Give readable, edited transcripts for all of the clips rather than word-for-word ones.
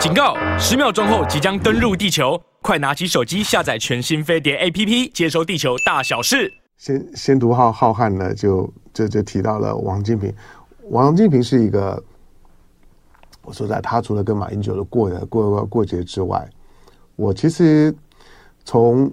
警告！10秒钟后即将登陆地球，快拿起手机下载全新飞碟 APP， 接收地球大小事。 先读浩瀚呢，就提到了王金平。王金平是一个，我说在他除了跟马英九的过节之外，我其实从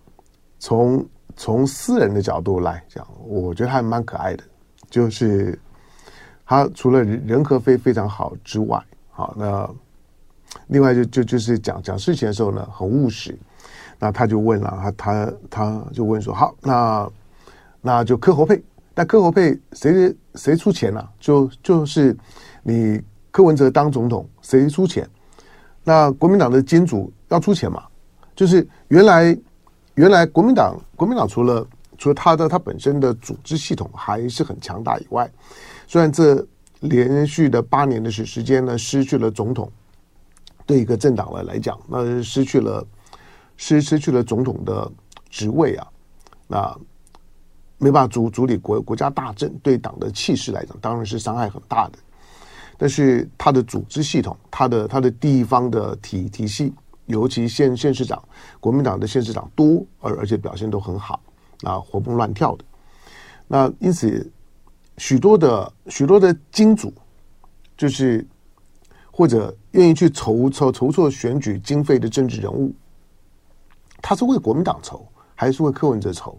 私人的角度来讲，我觉得他还蛮可爱的。就是他除了人和非常好之外，好，那另外就是讲事情的时候呢，很务实。那他就问了，他就问说，好，那就柯侯配，但柯侯配谁出钱啊？就是你柯文哲当总统，谁出钱？那国民党的金主要出钱嘛？就是原来国民党除了他本身的组织系统还是很强大以外，虽然这连续的8年的时间呢，失去了总统，对一个政党来讲，那失去了总统的职位啊，那没办法主理国家大政，对党的气势来讲，当然是伤害很大的。但是他的组织系统，他的地方的体系，尤其县市长，国民党的县市长多，而且表现都很好，啊，活蹦乱跳的。那因此，许多的金主，就是或者愿意去筹措选举经费的政治人物，他是为国民党筹，还是为柯文哲筹？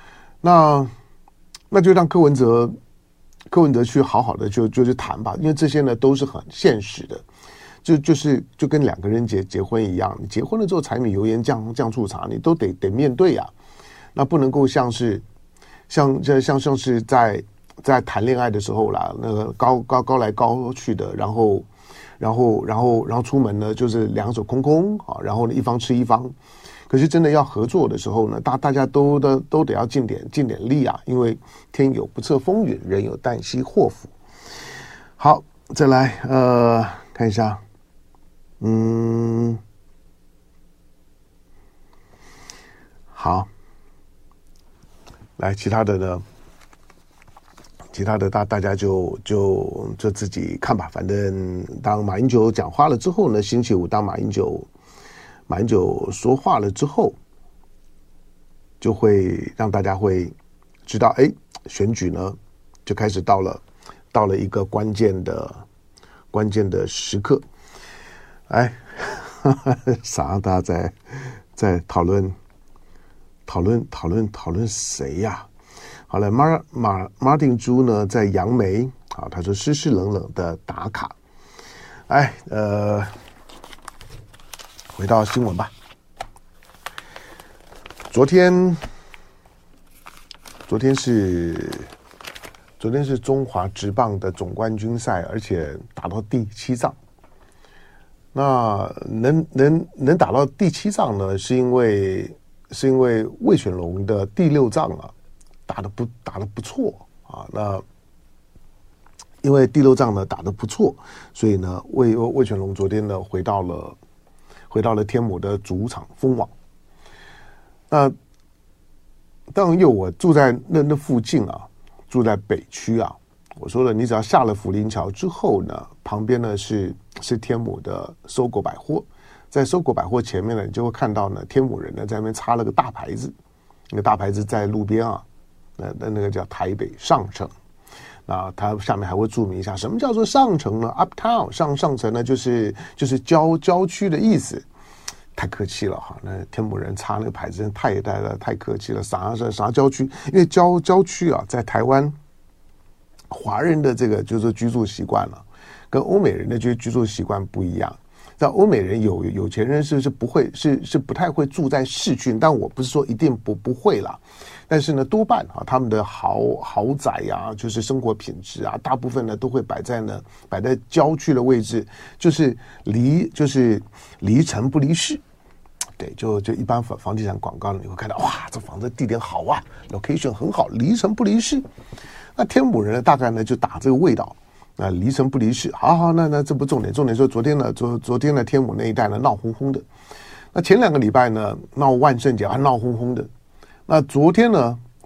那就让柯文哲去好好的就去谈吧，因为这些呢都是很现实的，就跟2个人结婚一样，你结婚了之后柴米油盐酱醋茶你都得面对啊，那不能够像是在谈恋爱的时候啦，那个高来高去的，然后出门呢就是2手空空啊，然后呢一方吃一方。可是真的要合作的时候呢，大家都得要尽点力啊，因为天有不测风云，人有旦夕祸福。好，再来看一下，好，来其他的呢，大家就自己看吧。反正当马英九讲话了之后呢，星期五当马英九说话了之后，就会让大家会知道，选举呢就开始到了一个关键的时刻。啥？大家在讨论谁呀？好了，马丁猪呢在杨梅啊，他说湿冷冷的打卡。回到新闻吧。昨天是中华职棒的总冠军赛，而且打到第7仗。那能打到第7仗呢，是因为魏全龙的第6仗啊，打得不错啊。那因为第6仗呢打得不错，所以呢魏全龙昨天呢回到了天母的主场封王。那当然，因为我住在那附近啊，住在北区啊。我说了，你只要下了福林桥之后呢，旁边呢是天母的搜狗百货，在搜狗百货前面呢，你就会看到呢天母人呢在那边插了个大牌子，那个大牌子在路边啊，那个叫台北上城。那它下面还会注明一下什么叫做上城呢 ？Uptown 上城呢就是郊区的意思。太客气了哈，那天母人插那个牌子真太客气了，啥郊区？因为郊区啊，在台湾华人的这个就是居住习惯了，跟欧美人的居住习惯不一样。在欧美人有钱人是不会是不太会住在市区，但我不是说一定不会啦。但是呢，多半啊，他们的豪宅呀，就是生活品质啊，大部分呢都会摆在郊区的位置，就是离城不离市。对，就一般房地产广告呢，你会看到哇，这房子地点好啊 ，location 很好，离城不离市。那天母人呢，大概呢就打这个味道，离城不离市。好，那这不重点，重点说昨天呢天母那一带呢闹哄哄的。那前2个礼拜呢闹万圣节还闹哄哄的。那昨天呢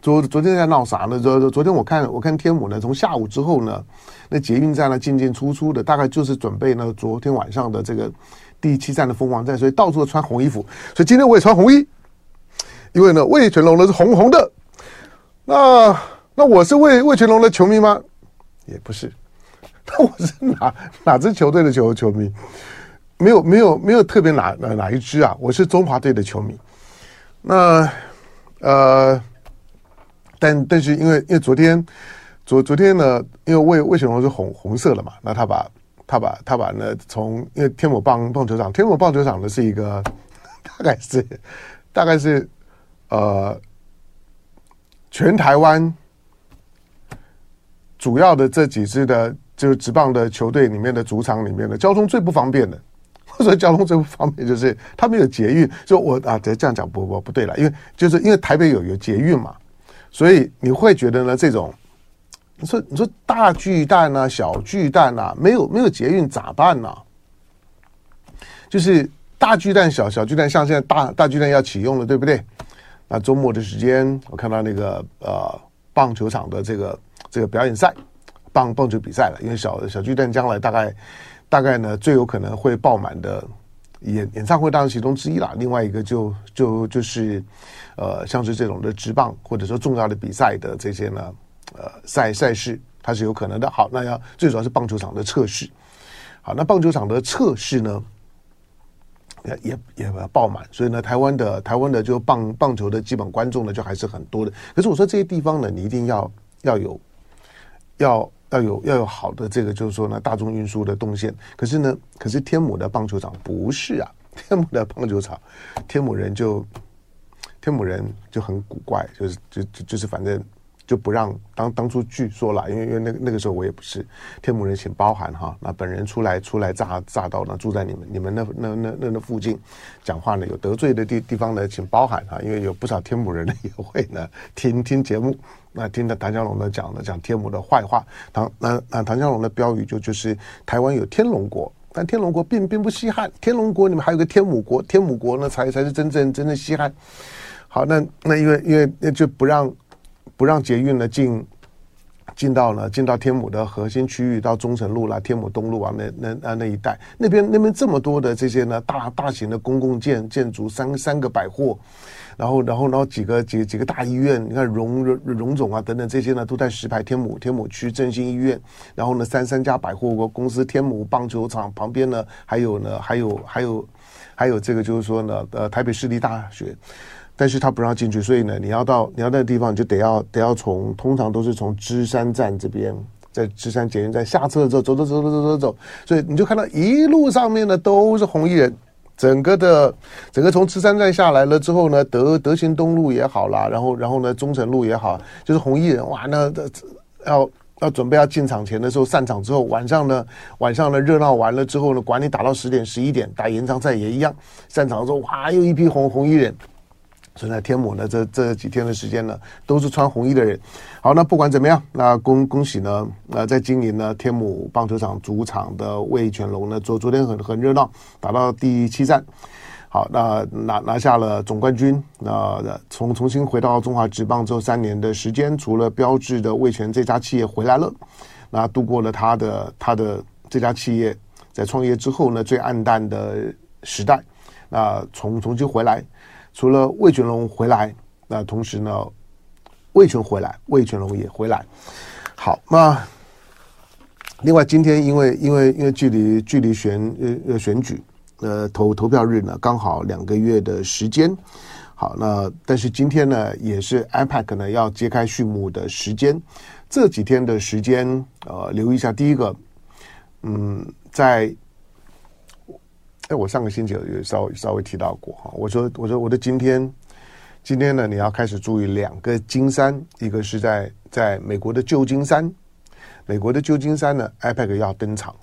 昨天在闹啥呢？昨天我看天母呢，从下午之后呢，那捷运站呢进进出出的，大概就是准备呢昨天晚上的这个第7站的凤凰站，所以到处都穿红衣服。所以今天我也穿红衣，因为呢味全龙呢是红红的。那我是味全龙的球迷吗？也不是。那我是哪支球队的球迷？没有特别哪一支啊？我是中华队的球迷。那但是因为昨天呢，因为味全龙是红色的嘛，那他把呢从因为天母棒球场呢是一个大概是全台湾主要的这几支的就是职棒的球队里面的主场里面的交通最不方便的。或者交通最不方便就是它没有捷运，就我这样讲不对了，因为台北有捷运嘛，所以你会觉得呢这种你说大巨蛋啊小巨蛋啊没有捷运咋办呢？就是大巨蛋小巨蛋，像现在大巨蛋要启用了，对不对？那周末的时间我看到那个棒球场的这个表演赛棒球比赛了，因为小巨蛋将来大概呢最有可能会爆满的演唱会当然其中之一啦，另外一个就是像是这种的职棒或者说重要的比赛的这些呢赛事它是有可能的。好，那最主要是棒球场的测试。好，那棒球场的测试呢也爆满，所以呢台湾的就棒球的基本观众呢就还是很多的。可是我说这些地方呢你一定要有好的这个就是说呢大众运输的动线。可是天母的棒球场不是啊，天母的棒球场天母人就很古怪，就是反正就不让当初据说啦，因为那个时候我也不是天母人，请包涵哈。那本人出来乍到呢，住在你们那附近，讲话呢有得罪的地方呢，请包涵哈。因为有不少天母人呢也会呢听节目，那听到唐湘龙呢讲天母的坏话。唐湘龙的标语就是台湾有天龙国。但天龙国并不稀罕，天龙国里面还有个天母国，天母国呢才是真正稀罕。好，那因为就不让捷运呢进到天母的核心区域，到中城路啦、天母东路啊那一带，那边这么多的这些呢大型的公共建筑，三个百货，然后几个大医院，你看荣总啊等等这些呢都在石牌天母区振兴医院，然后呢三家百货公司，天母棒球场旁边呢还有这个就是说呢台北市立大学。但是他不让进去，所以呢，你要到那个地方，你就得要通常都是从芝山站这边，在芝山捷运站下车之后走，所以你就看到一路上面呢都是红衣人，整个从芝山站下来了之后呢，德行东路也好啦，然后呢中城路也好，就是红衣人哇，那要准备要进场前的时候，散场之后，晚上呢热闹完了之后呢，管你打到10点11点，打延长赛也一样，散场之后哇，又一批红衣人。所以呢，天母呢这几天的时间呢，都是穿红衣的人。好，那不管怎么样，那恭喜呢，在今年呢，天母棒球场主场的味全龙呢，昨天很热闹，打到第7战。好，那拿下了总冠军。那重新回到中华职棒之后3年的时间，除了标致的味全这家企业回来了，那度过了他的这家企业在创业之后呢最暗淡的时代。那重新回来。除了味全龙回来，那同时呢，味全回来，味全龙也回来。好，那另外今天因为距离选举投票日呢，刚好2个月的时间。好，那但是今天呢，也是 IPAC 呢要揭开序幕的时间。这几天的时间，留意一下。第一个，我上个星期有稍微提到过哈，我说我的今天呢，你要开始注意2个金山，一个是在美国的旧金山，美国的旧金山呢 ，IPAC 要登场。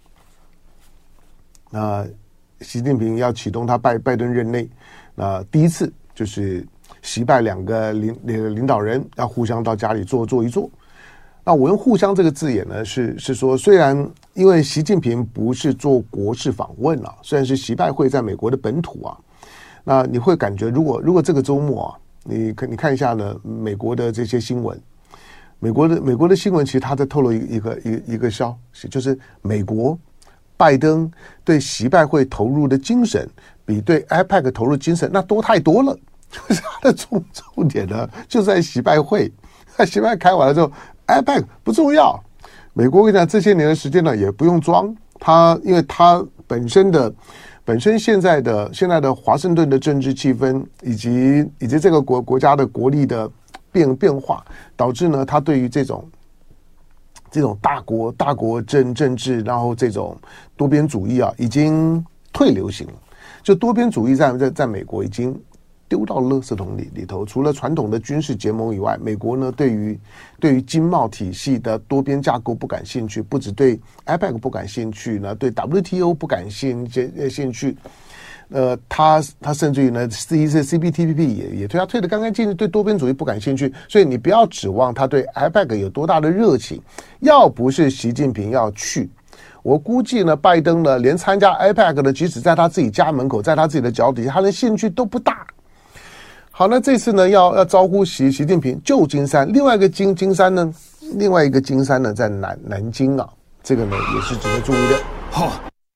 那习近平要启动他拜登任内，那第一次就是习拜2个领导人要互相到家里坐一坐。那我用互相这个字眼呢，是说，虽然因为习近平不是做国事访问啊，虽然是习拜会在美国的本土啊，那你会感觉如果这个周末啊， 你看一下呢，美国的这些新闻，美国的新闻其实他在透露一个消息，就是美国拜登对习拜会投入的精神比对 IPAC 投入精神那多太多了。就是他的重点呢，就在习拜会。那习拜开完了之后 ，IPAC 不重要。美国跟你讲，这些年的时间呢，也不用装他，因为他本身现在的华盛顿的政治气氛，以及这个国家的国力的变化，导致呢，他对于这种大国政治，然后这种多边主义啊，已经退流行了。就多边主义在美国已经丢到垃圾桶里头。除了传统的军事结盟以外，美国呢对于经贸体系的多边架构不感兴趣，不只对 IPAC 不感兴趣呢，对 WTO 不感兴趣。他甚至于呢 CPTPP 也退得干干净净，对多边主义不感兴趣。所以你不要指望他对 IPAC 有多大的热情。要不是习近平要去，我估计呢，拜登呢连参加 IPAC 的，即使在他自己家门口，在他自己的脚底下，他的兴趣都不大。好，那这次呢要招呼习近平旧金山，另外一个金山呢在南京啊，这个呢也是值得注意的。 好。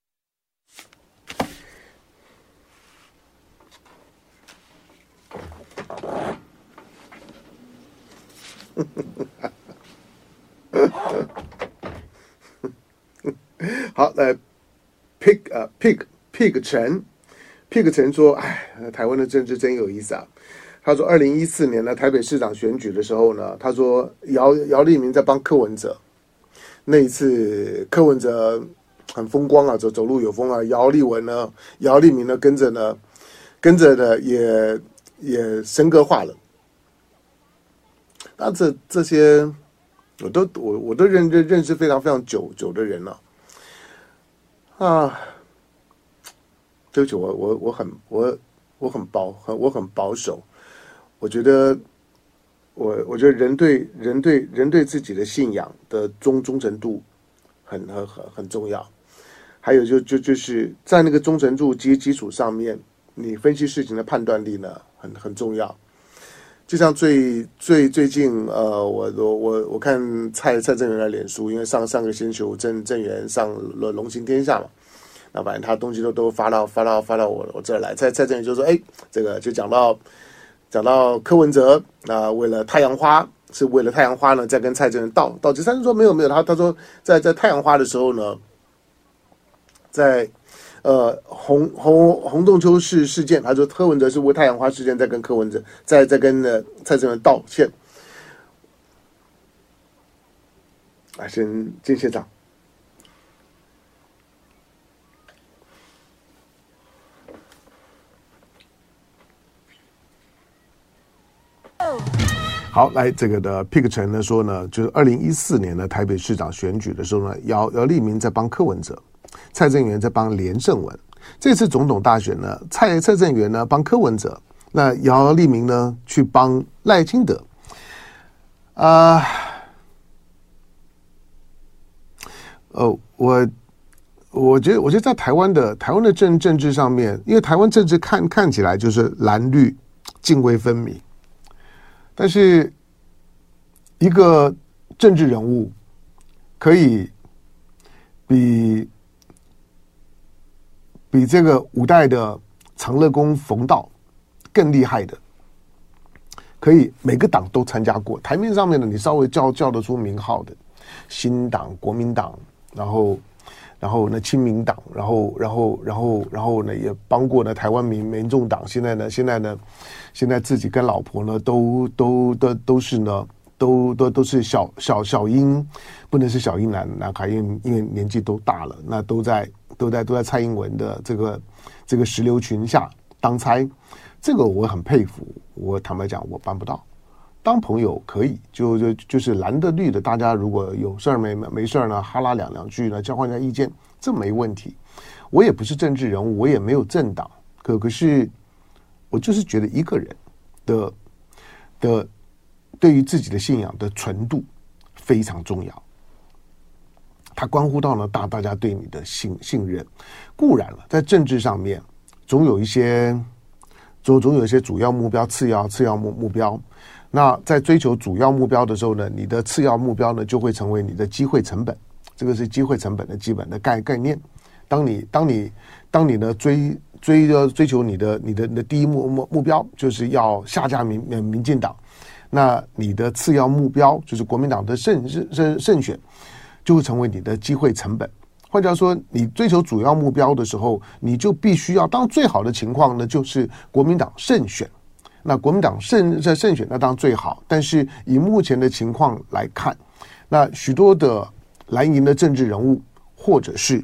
好，Pig 陈说，台湾的政治真有意思啊。他说，2014年呢，台北市长选举的时候呢，他说姚立明在帮柯文哲，那一次柯文哲很风光啊，走路有风啊，姚立明呢跟着呢也神格化了。那这些我都认识非常非常久的人了啊。对不起，我很保守。我觉得人对自己的信仰的忠诚度很重要。还有就是在那个忠诚度基础上面，你分析事情的判断力呢很重要。就像最近我看蔡正元的脸书，因为上个星期五正元上了龙行天下嘛。那反正他东西都发到我这儿来，蔡正元就说，这个就讲到柯文哲为了太阳花呢，在跟蔡正元道歉。但是说没有，他说在太阳花的时候呢，在洪仲丘事件，他说柯文哲是为太阳花事件在跟柯文哲在跟蔡正元道歉。先进现场。好，来这个的 Pig 陈呢说呢，就是2014年的台北市长选举的时候呢，姚立明在帮柯文哲，蔡正元在帮连胜文。这次总统大选呢，蔡正元呢帮柯文哲，那姚立明呢去帮赖清德。我觉得在台湾的政治上面，因为台湾政治看起来就是蓝绿泾渭分明。但是，一个政治人物可以比这个五代的长乐宫冯道更厉害的，可以每个党都参加过。台面上面的你稍微叫得出名号的，新党、国民党，然后呢，亲民党，然后呢，也帮过呢台湾民众党。现在自己跟老婆呢，都是小英，不能是小英男孩，因为年纪都大了，那都在蔡英文的这个石榴裙下当差，这个我很佩服。我坦白讲，我办不到。当朋友可以，就是蓝的绿的，大家如果有事儿没事儿呢，哈拉两句呢，交换一下意见，这没问题。我也不是政治人物，我也没有政党，可是我就是觉得一个人的对于自己的信仰的纯度非常重要，它关乎到呢大家对你的信任。固然了，在政治上面总有一些总有一些主要目标、次要目标。那在追求主要目标的时候呢，你的次要目标呢就会成为你的机会成本，这个是机会成本的基本的概念。当你呢追求你的第一目标就是要下架民进党，那你的次要目标就是国民党的胜选，就会成为你的机会成本。换句话说，你追求主要目标的时候，你就必须要当最好的情况呢，就是国民党胜选。那国民党胜选那当然最好，但是以目前的情况来看，那许多的蓝营的政治人物，或者是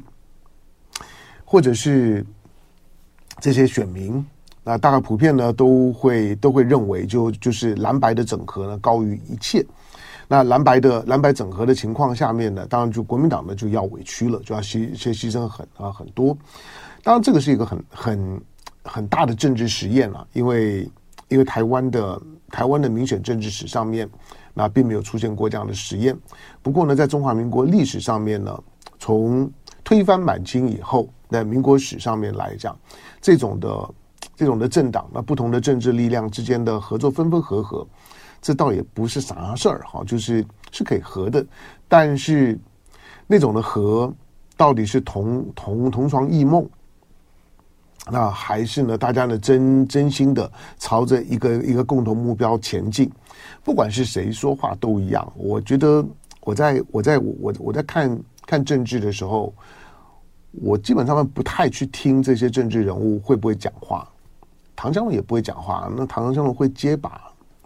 这些选民，那大概普遍呢都会认为就是蓝白的整合呢高于一切。那蓝白整合的情况下面呢，当然就国民党呢就要委屈了，就要牺牲很多。当然这个是一个很大的政治实验了，因为台湾的民选政治史上面，那并没有出现过这样的实验。不过呢，在中华民国历史上面呢，从推翻满清以后，在民国史上面来讲，这种的政党，那不同的政治力量之间的合作分合，这倒也不是啥事儿哈，是可以合的，但是那种的合到底是同床异梦，那还是呢大家呢真心的朝着一个共同目标前进，不管是谁说话都一样。我觉得我在看政治的时候，我基本上不太去听这些政治人物会不会讲话。唐湘龙也不会讲话，那唐湘龙会结巴，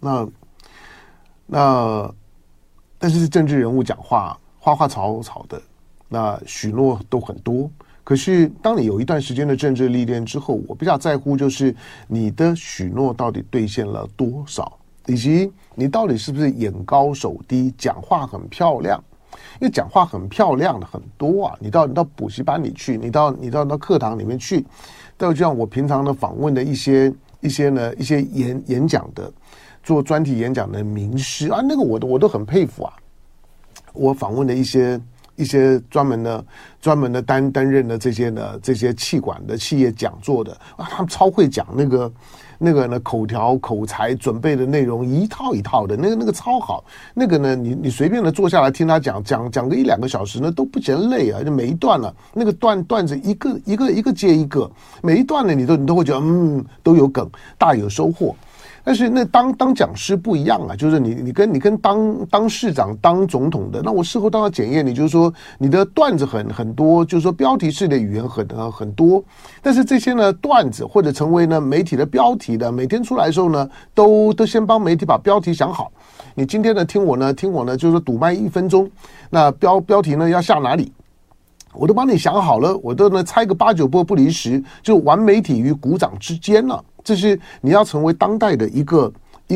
但是政治人物讲话花花草草的，那许诺都很多。可是当你有一段时间的政治历练之后，我比较在乎就是你的许诺到底兑现了多少，以及你到底是不是眼高手低，讲话很漂亮。因为讲话很漂亮的很多啊，你到补习班里去，你到课堂里面去，就像我平常的访问的一些演讲的做专题演讲的名师啊，那个我都很佩服啊。我访问的一些专门的担任的这些企管的企业讲座的啊，他们超会讲那个呢口条口才准备的内容一套一套的，那个超好。那个呢你随便的坐下来听他讲个1-2个小时呢都不嫌累啊，就每一段呢那个段子一个接一个，每一段呢你都会觉得都有梗，大有收获。但是那当讲师不一样啊，就是你跟当市长当总统的，那我事后当然检验你，就是说你的段子很多，就是说标题式的语言很多，但是这些呢段子或者成为呢媒体的标题的，每天出来的时候呢都先帮媒体把标题想好。你今天呢听我呢就是说堵麦1分钟，那标题呢要下哪里？我都帮你想好了，我都呢猜个8-9波不离十，就完媒体与股掌之间了。这是你要成为当代的一个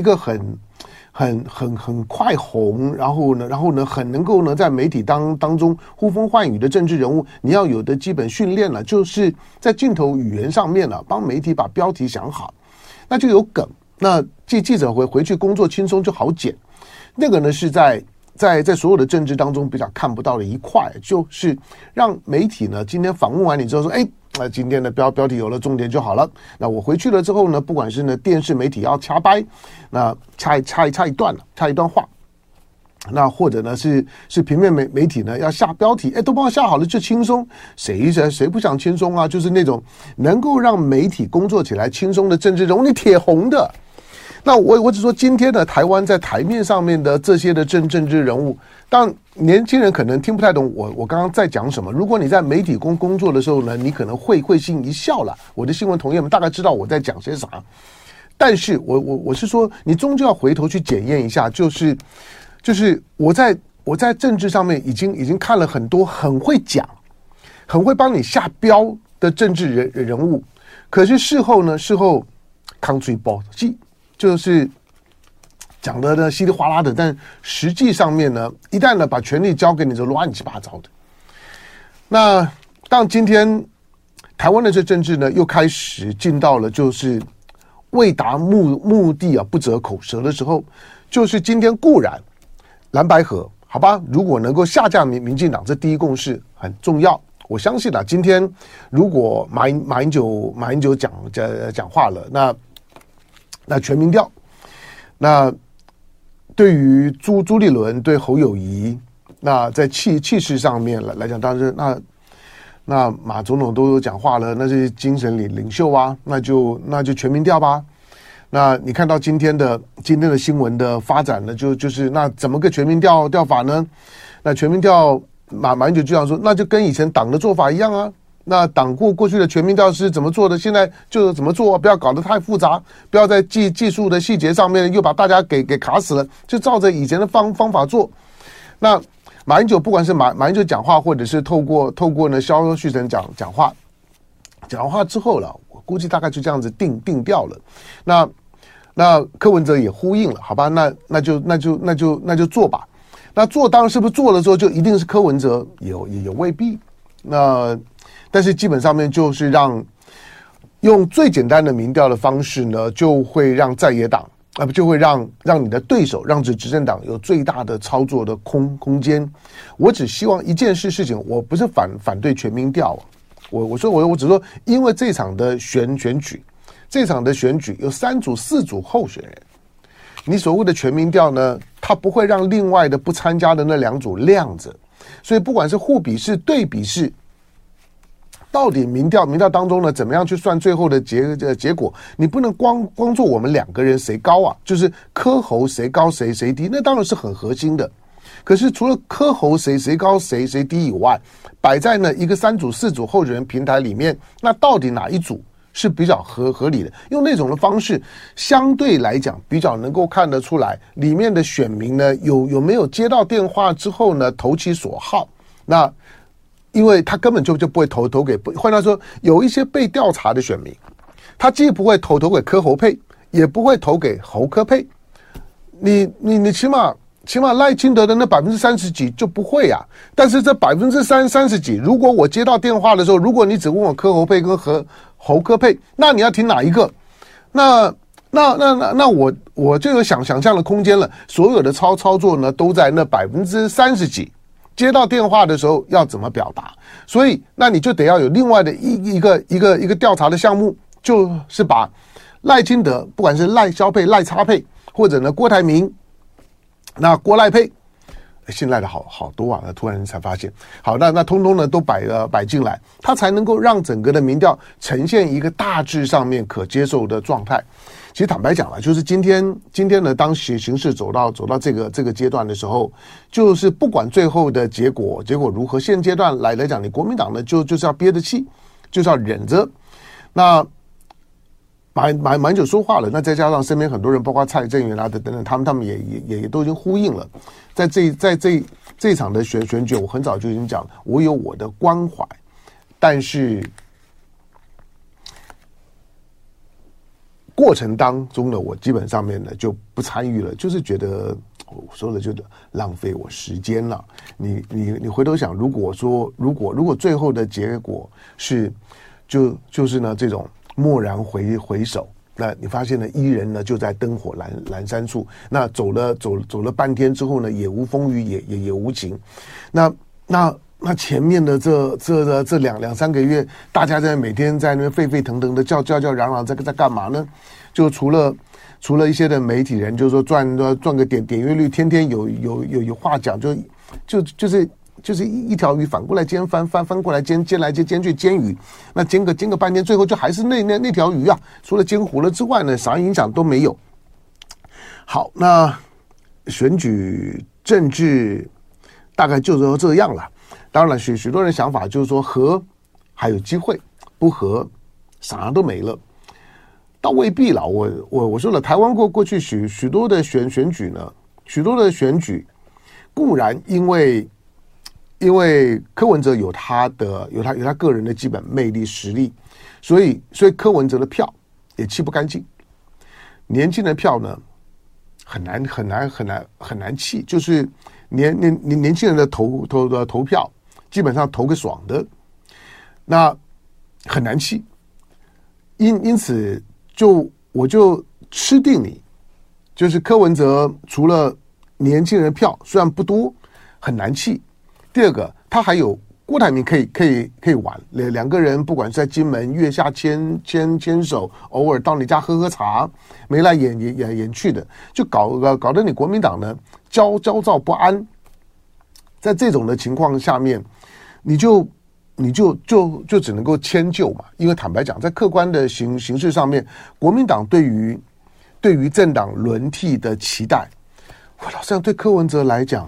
很快红，然后呢很能够呢在媒体当中呼风唤雨的政治人物，你要有的基本训练了，就是在镜头语言上面了，帮媒体把标题想好，那就有梗。那记者回去工作轻松就好剪。那个呢是在所有的政治当中比较看不到的一块，就是让媒体呢今天访问完你之后说，那今天的标题有了重点就好了。那我回去了之后呢，不管是呢电视媒体要掐掰，那掐一段话，那或者呢是平面媒体呢要下标题，都帮我下好了就轻松。谁不想轻松啊？就是那种能够让媒体工作起来轻松的政治人物，你铁红的。那我只说今天的台湾在台面上面的这些的政治人物，当然年轻人可能听不太懂我刚刚在讲什么。如果你在媒体工作的时候呢，你可能会心一笑了。我的新闻同业们大概知道我在讲些啥，但是我是说，你终究要回头去检验一下，就是我在政治上面已经看了很多很会讲、很会帮你下标的政治人物，可是事后康嘴包记。就是讲的呢稀里哗啦的，但实际上面呢，一旦呢把权力交给你，就乱七八糟的。那当今天台湾的这政治呢，又开始进到了就是为达目的啊不择口舌的时候，就是今天固然蓝白合好吧，如果能够下架民进党，这第一共识很重要。我相信啊，今天如果马英九讲话了，那那全民调，那对于朱立伦对侯友宜，那在气势上面来讲，当然那马总统都有讲话了，那是精神领袖啊，那就全民调吧。那你看到今天的新闻的发展呢，就是那怎么个全民调法呢？那全民调马英九就想说，那就跟以前党的做法一样啊。那党过去的全民调是怎么做的，现在就怎么做，不要搞得太复杂，不要在技术的细节上面又把大家给卡死了，就照着以前的方法做。那马英九不管是马英九讲话，或者是透过呢萧旭晨讲话之后了，我估计大概就这样子定调了。那柯文哲也呼应了，好吧？那就做吧。那做当然是不是做了之后就一定是柯文哲，也未必。但是基本上面就是用最简单的民调的方式呢，就会让在野党就会让你的对手，让执政党有最大的操作的空间。我只希望一件事情，我不是反对全民调，我只说，因为这场的选举有3组4组候选人，你所谓的全民调呢，它不会让另外的不参加的那2组亮着，所以不管是互比式、对比式，到底民调当中呢，怎么样去算最后的结果？你不能光做我们2个人谁高啊，就是柯侯谁高谁低，那当然是很核心的。可是除了柯侯谁高谁低以外，摆在呢一个3组4组候选人平台里面，那到底哪一组是比较合理的？用那种的方式，相对来讲比较能够看得出来，里面的选民呢有没有接到电话之后呢投其所好？那因为他根本就不会投给，换句话说，有一些被调查的选民，他既不会投给柯侯配，也不会投给侯柯配。你起码赖清德的那30%几就不会啊。但是这30%几，如果我接到电话的时候，如果你只问我柯侯配跟侯柯配，那你要听哪一个？那我就有想象的空间了。所有的操作呢，都在那30%几。接到电话的时候要怎么表达？所以那你就得要有另外的一个调查的项目，就是把赖清德，不管是赖萧配、赖差配，或者呢郭台铭，那郭赖配，现在的好多啊！突然才发现，好，那通通呢都摆进来，它才能够让整个的民调呈现一个大致上面可接受的状态。其实坦白讲了，就是今天呢，当形势走到这个阶段的时候，就是不管最后的结果如何，现阶段来讲，你国民党呢就是要憋着气，就是要忍着。那马英九说话了，那再加上身边很多人，包括蔡正元啊等等，他们也都已经呼应了。在这一场的选举，我很早就已经讲了，我有我的关怀，但是过程当中呢，我基本上面呢就不参与了，就是觉得我说了就是浪费我时间了。你回头想，如果最后的结果是就是呢这种蓦然回首，那你发现呢伊人呢就在灯火阑珊处，那走了半天之后呢，也无风雨也无晴，那前面的这两三个月，大家每天在那边沸沸腾腾的叫嚷嚷，在干嘛呢？就除了一些的媒体人，就是说赚个点阅率，天天有话讲，就是一条鱼反过来煎，翻过来煎来煎去煎鱼，那煎个半天，最后就还是那条鱼啊，除了煎糊了之外呢，啥影响都没有。好，那选举政治大概就这样了。当然许多人想法就是说和还有机会，不和啥都没了，倒未必了。我说了，台湾过去许多的选举呢，许多的选举固然因为柯文哲有他个人的基本魅力实力，所以柯文哲的票也弃不干净。年轻的票呢很难弃，就是年轻人的投票基本上投个爽的，那很难弃。因此我就吃定你，就是柯文哲除了年轻人票虽然不多很难弃，第二个他还有郭台铭可以玩，两个人不管是在金门月下牵手，偶尔到你家喝茶，眉来眼去的，就搞得你国民党呢焦躁不安。在这种的情况下面，你就只能够迁就嘛，因为坦白讲，在客观的形势上面，国民党对于政党轮替的期待，我老实讲，对柯文哲来讲。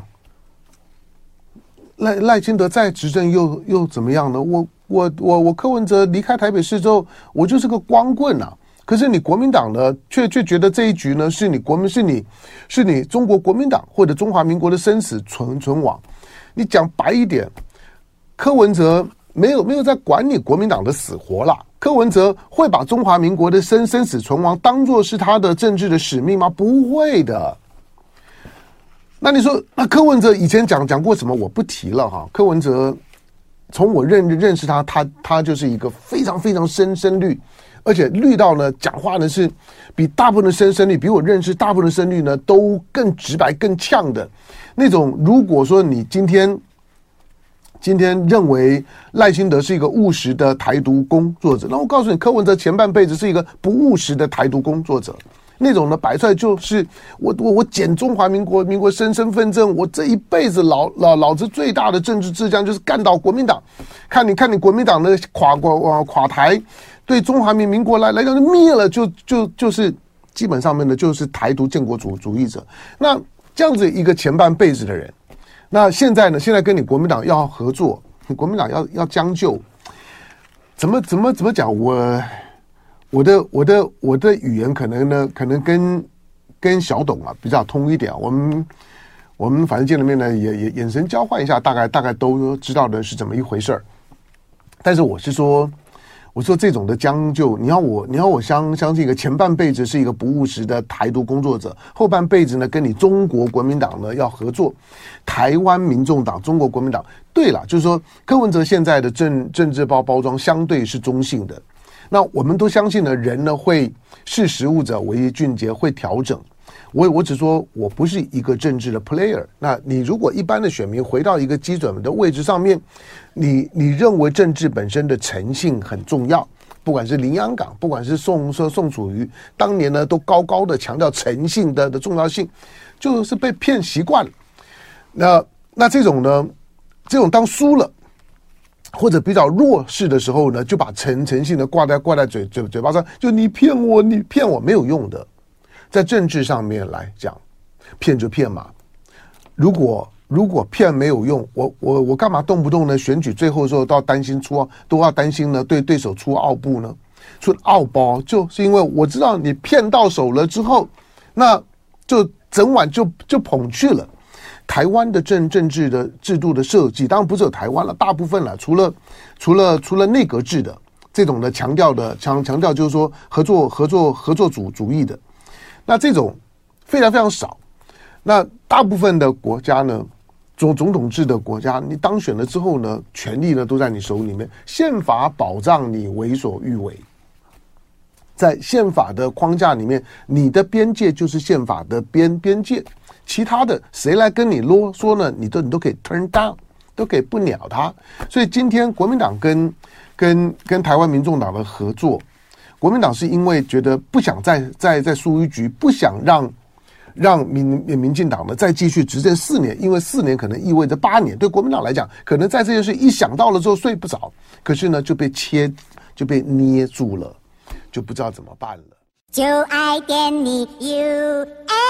赖清德再执政又怎么样呢？我柯文哲离开台北市之后，我就是个光棍啊。可是你国民党呢，却觉得这一局呢是你中国国民党或者中华民国的生死存亡。你讲白一点，柯文哲没有在管你国民党的死活啦。柯文哲会把中华民国的生死存亡当作是他的政治的使命吗？不会的。那你说，那柯文哲以前讲过什么？我不提了哈。柯文哲从我认识他就是一个非常非常深绿，而且绿到呢讲话呢是比大部分的深绿，比我认识大部分的深绿呢都更直白、更呛的那种。如果说你今天认为赖清德是一个务实的台独工作者，那我告诉你，柯文哲前半辈子是一个不务实的台独工作者。那种呢摆出来就是我捡中华民国身份证，我这一辈子老子最大的政治志向就是干倒国民党。看你国民党的垮台，对中华民国来讲灭了，就是基本上面的就是台独建国主义者。那这样子一个前半辈子的人，那现在呢？现在跟你国民党要合作，你国民党要将就，怎么讲？我的语言可能跟小董啊比较通一点。我们反正见了面呢，也眼神交换一下，大概都知道的是怎么一回事儿。但是我说这种的将就，你要我相信一个前半辈子是一个不务实的台独工作者，后半辈子呢跟你中国国民党呢要合作，台湾民众党、中国国民党。对了，就是说柯文哲现在的政治包装相对是中性的。那我们都相信呢，人呢会识时务者为俊杰，会调整。我只说我不是一个政治的 player。那你如果一般的选民回到一个基准的位置上面，你认为政治本身的诚信很重要，不管是林洋港，不管是宋楚瑜，当年呢都高的强调诚信的重要性，就是被骗习惯了。那这种呢，这种当输了。或者比较弱势的时候呢，就把诚信的挂在嘴巴上，就你骗我没有用的。在政治上面来讲，骗就骗嘛。如果骗没有用，我干嘛动不动呢？选举最后的时候都要担心呢，对手出奥布呢，出奥包，就是因为我知道你骗到手了之后，那就整晚就捧去了。台湾的政治的制度的设计，当然不只有台湾了，大部分了，除了内阁制的这种的强调就是说合作主义的，那这种非常非常少。那大部分的国家呢，总统制的国家，你当选了之后呢，权力呢都在你手里面，宪法保障你为所欲为。在宪法的框架里面，你的边界就是宪法的边界。其他的谁来跟你啰嗦呢？你都可以 turn down， 都可以不鸟他。所以今天国民党跟台湾民众党的合作，国民党是因为觉得不想再输一局，不想让民进党呢再继续执政4年，因为4年可能意味着8年，对国民党来讲，可能在这件事一想到了之后睡不着，可是呢就被捏住了，就不知道怎么办了。就爱点你 UFO。